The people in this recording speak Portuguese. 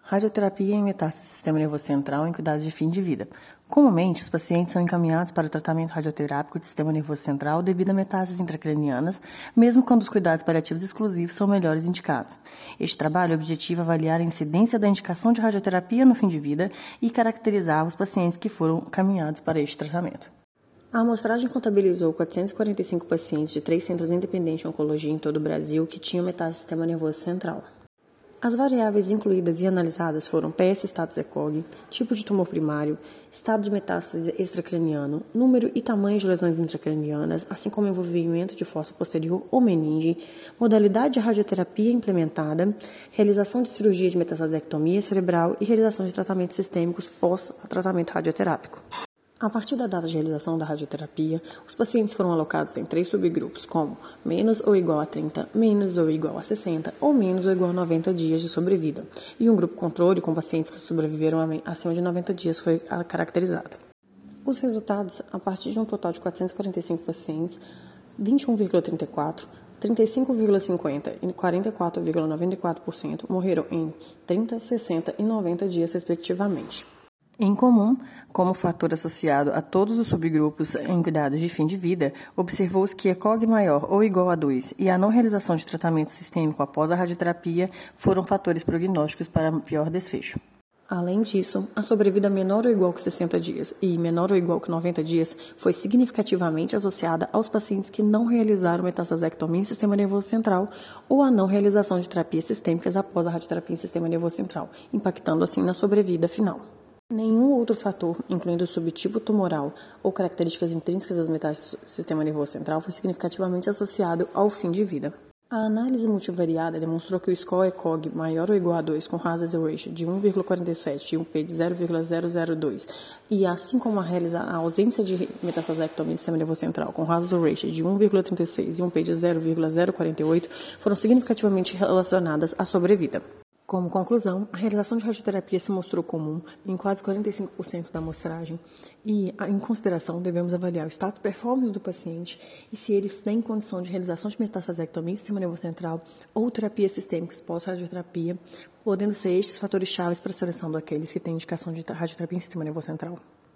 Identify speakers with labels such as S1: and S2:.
S1: Radioterapia em metástase do sistema nervoso central em cuidados de fim de vida. Comumente, os pacientes são encaminhados para o tratamento radioterápico do sistema nervoso central devido a metástases intracranianas, mesmo quando os cuidados paliativos exclusivos são melhores indicados. Este trabalho objetiva avaliar a incidência da indicação de radioterapia no fim de vida e caracterizar os pacientes que foram encaminhados para este tratamento. A amostragem contabilizou 445 pacientes de 3 centros independentes de oncologia em todo o Brasil que tinham metástase do sistema nervoso central. As variáveis incluídas e analisadas foram PS status ECOG, tipo de tumor primário, estado de metástase extracraniano, número e tamanho de lesões intracranianas, assim como envolvimento de fossa posterior ou meninge, modalidade de radioterapia implementada, realização de cirurgia de metastasectomia cerebral e realização de tratamentos sistêmicos pós-tratamento radioterápico. A partir da data de realização da radioterapia, os pacientes foram alocados em 3 subgrupos, como menos ou igual a 30, menos ou igual a 60 ou menos ou igual a 90 dias de sobrevida, e um grupo controle com pacientes que sobreviveram acima de 90 dias foi caracterizado. Os resultados, a partir de um total de 445 pacientes, 21,34%, 35,50% e 44,94% morreram em 30, 60 e 90 dias, respectivamente. Em comum, como fator associado a todos os subgrupos em cuidados de fim de vida, observou-se que ECOG maior ou igual a 2 e a não realização de tratamento sistêmico após a radioterapia foram fatores prognósticos para pior desfecho. Além disso, a sobrevida menor ou igual que 60 dias e menor ou igual que 90 dias foi significativamente associada aos pacientes que não realizaram metastasectomia em sistema nervoso central ou a não realização de terapias sistêmicas após a radioterapia em sistema nervoso central, impactando assim na sobrevida final. Nenhum outro fator, incluindo o subtipo tumoral ou características intrínsecas das metástases do sistema nervoso central, foi significativamente associado ao fim de vida. A análise multivariada demonstrou que o score ECOG maior ou igual a 2 com hazard ratio de 1,47 e um P de 0,002 e assim como a ausência de metastasectomia no sistema nervoso central com hazard ratio de 1,36 e um P de 0,048 foram significativamente relacionadas à sobrevida. Como conclusão, a realização de radioterapia se mostrou comum em quase 45% da amostragem e, em consideração, devemos avaliar o status performance do paciente e se eles têm condição de realização de metastasectomia em sistema nervoso central ou terapias sistêmicas pós-radioterapia, podendo ser estes fatores chaves para a seleção daqueles que têm indicação de radioterapia em sistema nervoso central.